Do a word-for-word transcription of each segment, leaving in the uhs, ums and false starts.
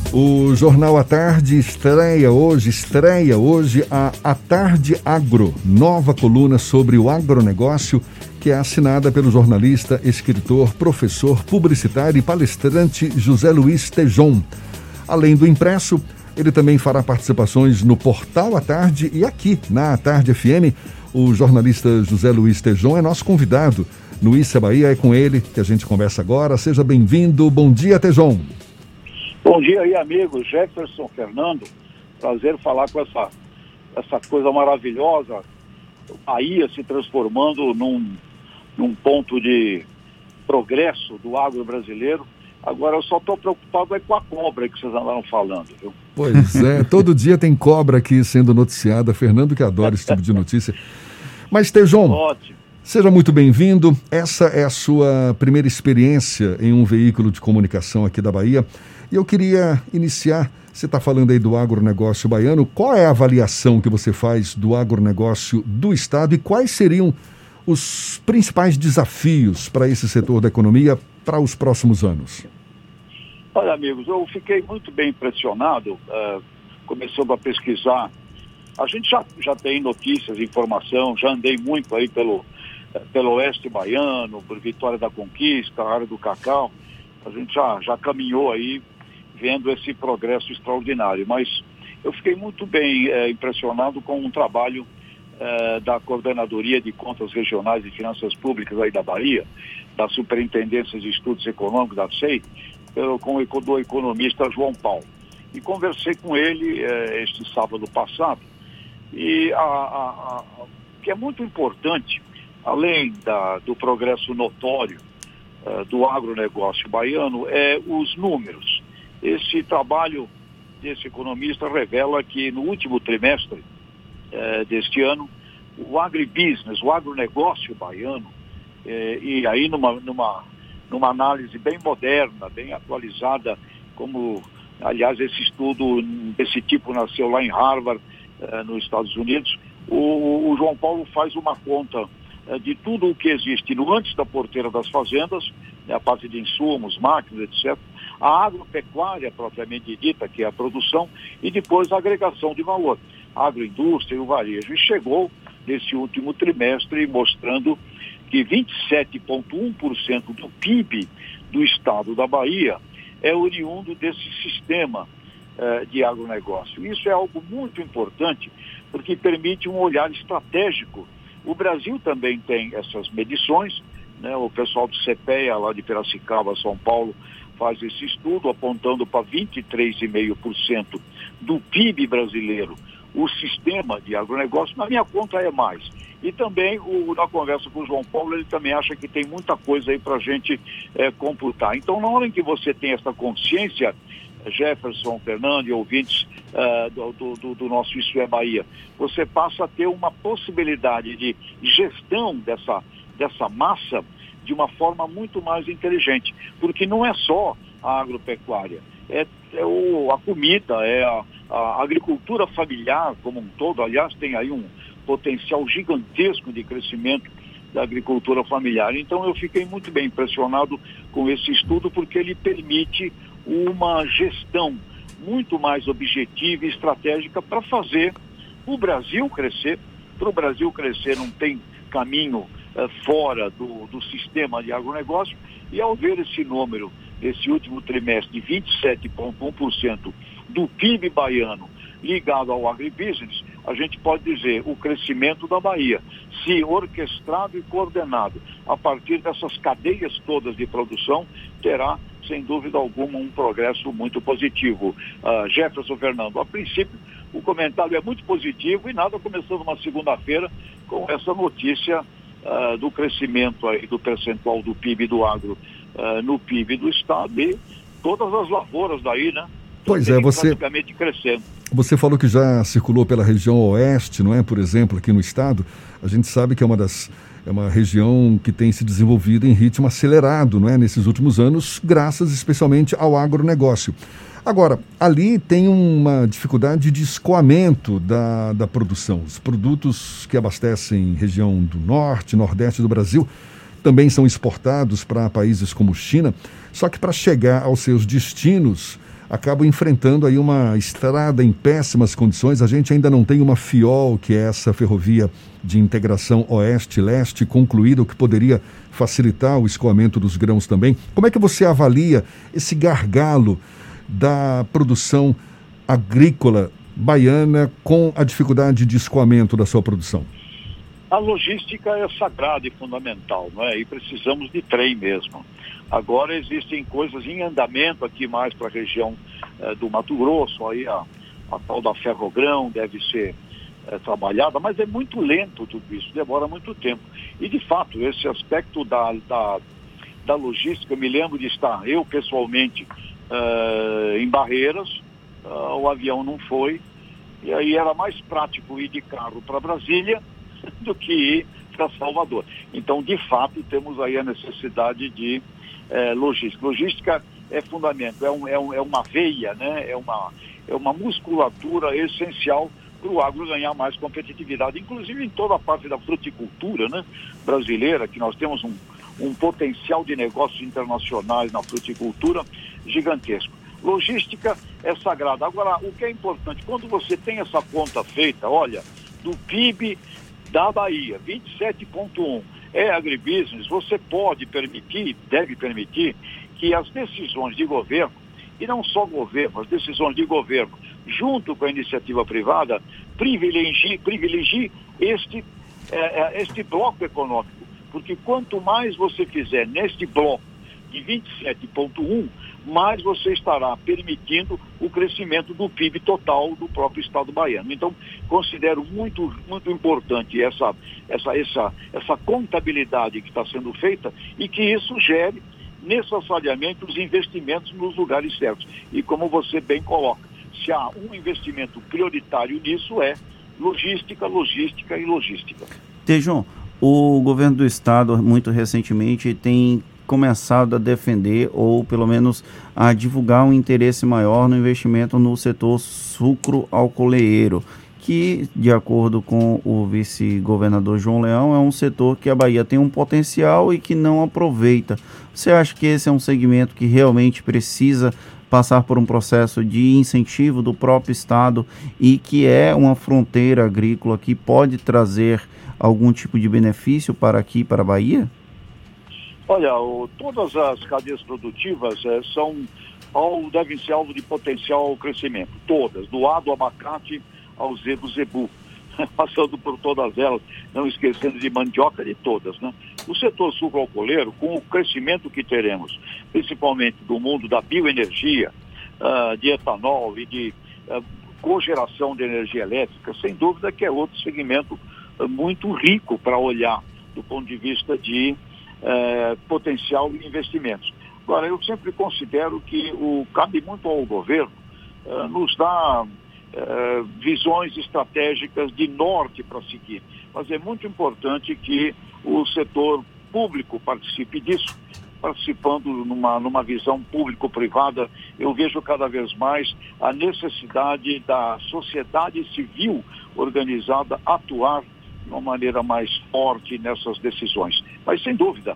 O Jornal à Tarde estreia hoje, estreia hoje a A Tarde Agro, nova coluna sobre o agronegócio, que é assinada pelo jornalista, escritor, professor, publicitário e palestrante José Luiz Tejon. Além do impresso, ele também fará participações no Portal à Tarde e aqui na A Tarde F M. O jornalista José Luiz Tejon é nosso convidado no Isso é Bahia. É com ele que a gente conversa agora. Seja bem-vindo. Bom dia, Tejon. Bom dia aí, amigo Jefferson Fernando. Prazer falar com essa, essa coisa maravilhosa. Bahia se transformando num, num ponto de progresso do agro brasileiro. Agora eu só estou preocupado é com a cobra que vocês andaram falando, viu? Pois é, todo dia tem cobra aqui sendo noticiada. Fernando que adora esse tipo de notícia. Mas, Tejon, ótimo. Seja muito bem-vindo. Essa é a sua primeira experiência em um veículo de comunicação aqui da Bahia. E eu queria iniciar, você está falando aí do agronegócio baiano, qual é a avaliação que você faz do agronegócio do Estado e quais seriam os principais desafios para esse setor da economia para os próximos anos? Olha, amigos, eu fiquei muito bem impressionado, uh, começando a pesquisar. A gente já, já tem notícias, informação, já andei muito aí pelo, pelo oeste baiano, por Vitória da Conquista, a área do cacau. A gente já, já caminhou aí vendo esse progresso extraordinário, mas eu fiquei muito bem é, impressionado com um trabalho é, da Coordenadoria de Contas Regionais e Finanças Públicas aí da Bahia, da Superintendência de Estudos Econômicos, da S E I, pelo, com o do economista João Paulo. E conversei com ele é, este sábado passado, e a, a, a, que é muito importante, além da, do progresso notório uh, do agronegócio baiano, é os números. Esse trabalho desse economista revela que no último trimestre uh, deste ano, o agribusiness, o agronegócio baiano, uh, e aí numa, numa, numa análise bem moderna, bem atualizada, como, aliás, esse estudo desse tipo nasceu lá em Harvard, uh, nos Estados Unidos, o, o João Paulo faz uma conta uh, de tudo o que existe no antes da porteira das fazendas, né, a parte de insumos, máquinas, etcétera, a agropecuária propriamente dita, que é a produção, e depois a agregação de valor, a agroindústria e o varejo. E chegou nesse último trimestre mostrando que vinte e sete vírgula um por cento do P I B do estado da Bahia é oriundo desse sistema eh, de agronegócio. Isso é algo muito importante, porque permite um olhar estratégico. O Brasil também tem essas medições, né? O pessoal do CEPEA, lá de Piracicaba, São Paulo, faz esse estudo apontando para vinte e três vírgula cinco por cento do P I B brasileiro, o sistema de agronegócio. Na minha conta é mais. E também, o, na conversa com o João Paulo, ele também acha que tem muita coisa aí para a gente é, computar. Então, na hora em que você tem essa consciência, Jefferson, Fernando e ouvintes uh, do, do, do nosso Isso é Bahia, você passa a ter uma possibilidade de gestão dessa, dessa massa de uma forma muito mais inteligente, porque não é só a agropecuária, é, é o, a comida, é a, a agricultura familiar como um todo. Aliás, tem aí um potencial gigantesco de crescimento da agricultura familiar. Então eu fiquei muito bem impressionado com esse estudo, porque ele permite uma gestão muito mais objetiva e estratégica para fazer o Brasil crescer. Para o Brasil crescer não tem caminho eh, fora do, do sistema de agronegócio, e ao ver esse número, esse último trimestre, de vinte e sete vírgula um por cento do P I B baiano ligado ao agribusiness, a gente pode dizer o crescimento da Bahia, se orquestrado e coordenado a partir dessas cadeias todas de produção, terá, sem dúvida alguma, um progresso muito positivo. Uh, Jefferson Fernando, a princípio, o comentário é muito positivo e nada começando uma segunda-feira com essa notícia uh, do crescimento aí do percentual do P I B do agro uh, no P I B do estado e todas as lavouras daí, né? Pois é, você... praticamente crescendo. Você falou que já circulou pela região oeste, não é? Por exemplo, aqui no estado, a gente sabe que é uma das é uma região que tem se desenvolvido em ritmo acelerado, não é? Nesses últimos anos, graças especialmente ao agronegócio. Agora, ali tem uma dificuldade de escoamento da, da produção. Os produtos que abastecem região do norte, nordeste do Brasil também são exportados para países como China, só que para chegar aos seus destinos, acabam enfrentando aí uma estrada em péssimas condições. A gente ainda não tem uma FIOL, que é essa ferrovia de integração oeste-leste concluída, o que poderia facilitar o escoamento dos grãos também. Como é que você avalia esse gargalo da produção agrícola baiana com a dificuldade de escoamento da sua produção? A logística é sagrada e fundamental, não é? E precisamos de trem mesmo. Agora existem coisas em andamento aqui mais para a região eh, do Mato Grosso, aí a, a tal da Ferrogrão deve ser eh, trabalhada, mas é muito lento tudo isso, demora muito tempo. E de fato, esse aspecto da, da, da logística, eu me lembro de estar eu pessoalmente eh, em Barreiras, uh, o avião não foi, e aí era mais prático ir de carro para Brasília do que ir para Salvador. Então, de fato, temos aí a necessidade de eh, logística. Logística é fundamental, é, um, é, um, é uma veia, né? é, uma, é uma musculatura essencial para o agro ganhar mais competitividade, inclusive em toda a parte da fruticultura, né, brasileira, que nós temos um, um potencial de negócios internacionais na fruticultura gigantesco. Logística é sagrada. Agora, o que é importante, quando você tem essa conta feita, olha, do P I B da Bahia, vinte e sete vírgula um é agribusiness, você pode permitir, deve permitir, que as decisões de governo, e não só governo, as decisões de governo, junto com a iniciativa privada, privilegie, privilegie este, é, este bloco econômico. Porque quanto mais você fizer neste bloco de vinte e sete vírgula um, mais você estará permitindo o crescimento do P I B total do próprio estado baiano. Então, considero muito, muito importante essa, essa, essa, essa contabilidade que está sendo feita e que isso gere necessariamente os investimentos nos lugares certos. E como você bem coloca, se há um investimento prioritário nisso é logística, logística e logística. Tejon, o governo do estado muito recentemente tem começado a defender ou pelo menos a divulgar um interesse maior no investimento no setor sucro-alcooleiro, que, de acordo com o vice-governador João Leão, é um setor que a Bahia tem um potencial e que não aproveita. Você acha que esse é um segmento que realmente precisa passar por um processo de incentivo do próprio estado e que é uma fronteira agrícola que pode trazer algum tipo de benefício para aqui, para a Bahia? Olha, o, todas as cadeias produtivas é, são, ao, devem ser alvo de potencial crescimento. Todas, do A do abacate ao Z do zebu, passando por todas elas, não esquecendo de mandioca, de todas, né? O setor sucro-alcooleiro, com o crescimento que teremos, principalmente do mundo da bioenergia, uh, de etanol e de uh, cogeração de energia elétrica, sem dúvida que é outro segmento uh, muito rico para olhar do ponto de vista de uh, potencial e investimentos. Agora, eu sempre considero que o, cabe muito ao governo uh, nos dar Uh, visões estratégicas de norte para seguir. Mas é muito importante que o setor público participe disso, participando numa, numa visão público-privada. Eu vejo cada vez mais a necessidade da sociedade civil organizada atuar de uma maneira mais forte nessas decisões. Mas, sem dúvida,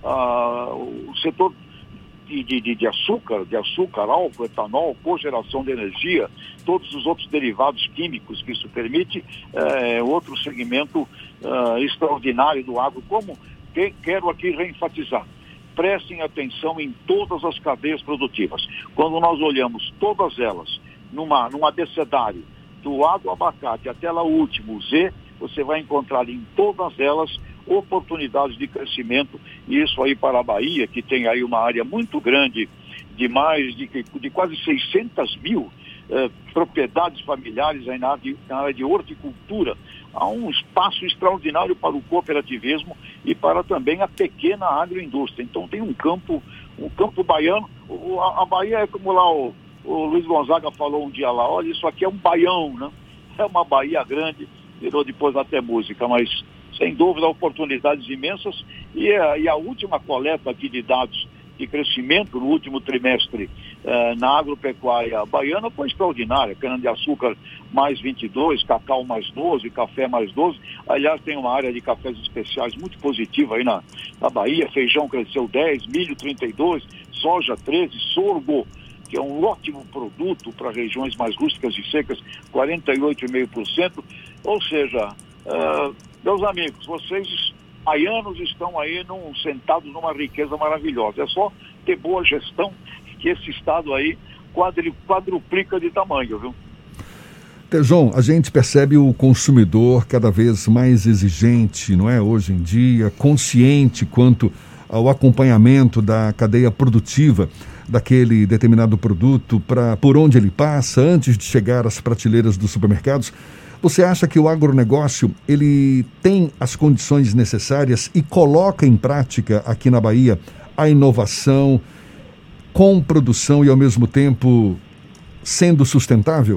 uh, o setor De, de, de açúcar, de açúcar, álcool, etanol, cogeração de energia, todos os outros derivados químicos que isso permite, é outro segmento uh, extraordinário do agro. Como que, quero aqui reenfatizar, prestem atenção em todas as cadeias produtivas. Quando nós olhamos todas elas numa, num abecedário, do A do abacate até lá o último, Z, você vai encontrar em todas elas oportunidades de crescimento, e isso aí para a Bahia, que tem aí uma área muito grande, de mais de, de quase seiscentas mil eh, propriedades familiares aí na área, de, na área de horticultura. Há um espaço extraordinário para o cooperativismo e para também a pequena agroindústria. Então tem um campo, um campo baiano. O, a, a Bahia é como lá o, o Luiz Gonzaga falou um dia lá, olha, isso aqui é um baião, né? É uma Bahia grande, virou depois até música, mas sem dúvida, oportunidades imensas, e a, e a última coleta aqui de dados de crescimento no último trimestre eh, na agropecuária baiana foi extraordinária. Cana-de-açúcar mais vinte e dois, cacau mais doze, café mais doze. Aliás, tem uma área de cafés especiais muito positiva aí na, na Bahia. Feijão cresceu dez, milho trinta e dois, soja treze, sorgo, que é um ótimo produto para regiões mais rústicas e secas, quarenta e oito vírgula cinco por cento. Ou seja, uh, meus amigos, vocês baianos estão aí num, sentados numa riqueza maravilhosa. É só ter boa gestão que esse estado aí quadri, quadruplica de tamanho, viu? Tejon, a gente percebe o consumidor cada vez mais exigente, não é? Hoje em dia, consciente quanto ao acompanhamento da cadeia produtiva daquele determinado produto, para por onde ele passa, antes de chegar às prateleiras dos supermercados. Você acha que o agronegócio ele tem as condições necessárias e coloca em prática aqui na Bahia a inovação com produção e ao mesmo tempo sendo sustentável?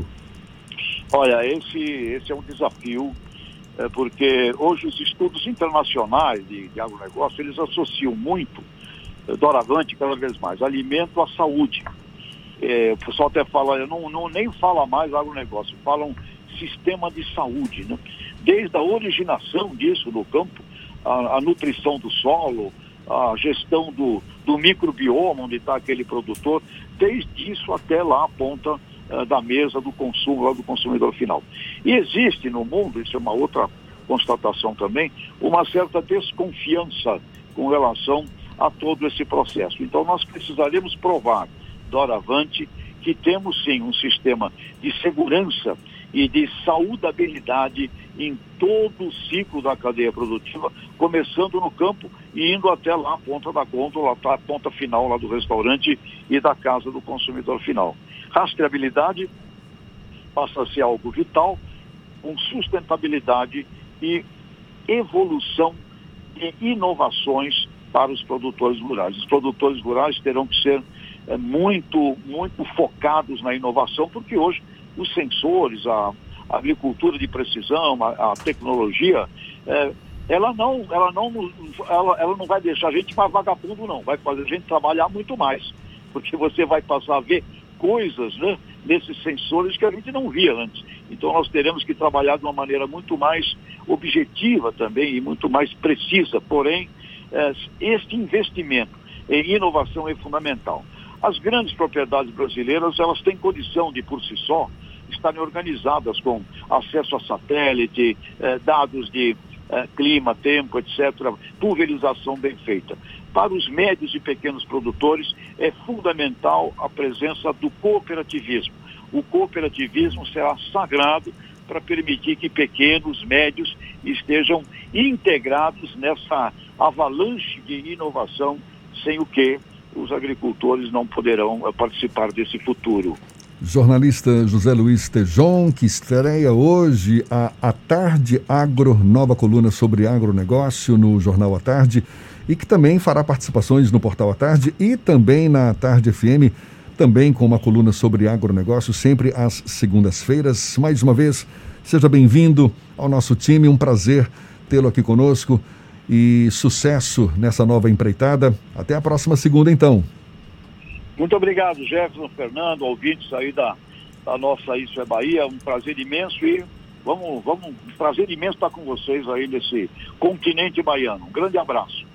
Olha, esse, esse é um desafio, é, porque hoje os estudos internacionais de, de agronegócio, eles associam muito, é, doravante cada vez mais, alimento à saúde. É, o pessoal até fala, eu não, não, nem fala mais agronegócio, falam sistema de saúde, né? Desde a originação disso no campo, a, a nutrição do solo, a gestão do, do microbioma onde está aquele produtor, desde isso até lá a ponta uh, da mesa do consumo, lá do consumidor final. E existe no mundo, isso é uma outra constatação também, uma certa desconfiança com relação a todo esse processo. Então nós precisaremos provar, doravante, que temos sim um sistema de segurança e de saudabilidade em todo o ciclo da cadeia produtiva, começando no campo e indo até lá a ponta da gôndola, tá, a ponta final lá do restaurante e da casa do consumidor final. Rastreabilidade passa a ser algo vital, com sustentabilidade e evolução de inovações para os produtores rurais. Os produtores rurais terão que ser é, muito, muito focados na inovação, porque hoje os sensores, a, a agricultura de precisão, a, a tecnologia, é, ela, não, ela, não, ela, ela não vai deixar a gente mais vagabundo, não. Vai fazer a gente trabalhar muito mais, porque você vai passar a ver coisas, né, nesses sensores que a gente não via antes. Então nós teremos que trabalhar de uma maneira muito mais objetiva também e muito mais precisa. Porém, é, este investimento em inovação é fundamental. As grandes propriedades brasileiras, elas têm condição de, por si só, estarem organizadas com acesso a satélite, eh, dados de eh, clima, tempo, etcétera, pulverização bem feita. Para os médios e pequenos produtores, é fundamental a presença do cooperativismo. O cooperativismo será sagrado para permitir que pequenos, médios estejam integrados nessa avalanche de inovação, sem o que os agricultores não poderão participar desse futuro. Jornalista José Luiz Tejon, que estreia hoje a A Tarde Agro, nova coluna sobre agronegócio no Jornal à Tarde, e que também fará participações no Portal à Tarde e também na Tarde F M, também com uma coluna sobre agronegócio, sempre às segundas-feiras. Mais uma vez, seja bem-vindo ao nosso time, um prazer tê-lo aqui conosco e sucesso nessa nova empreitada. Até a próxima segunda, então. Muito obrigado, Jefferson, Fernando, ouvintes aí da, da nossa Isso é Bahia. Um prazer imenso e vamos, vamos, um prazer imenso estar com vocês aí nesse continente baiano. Um grande abraço.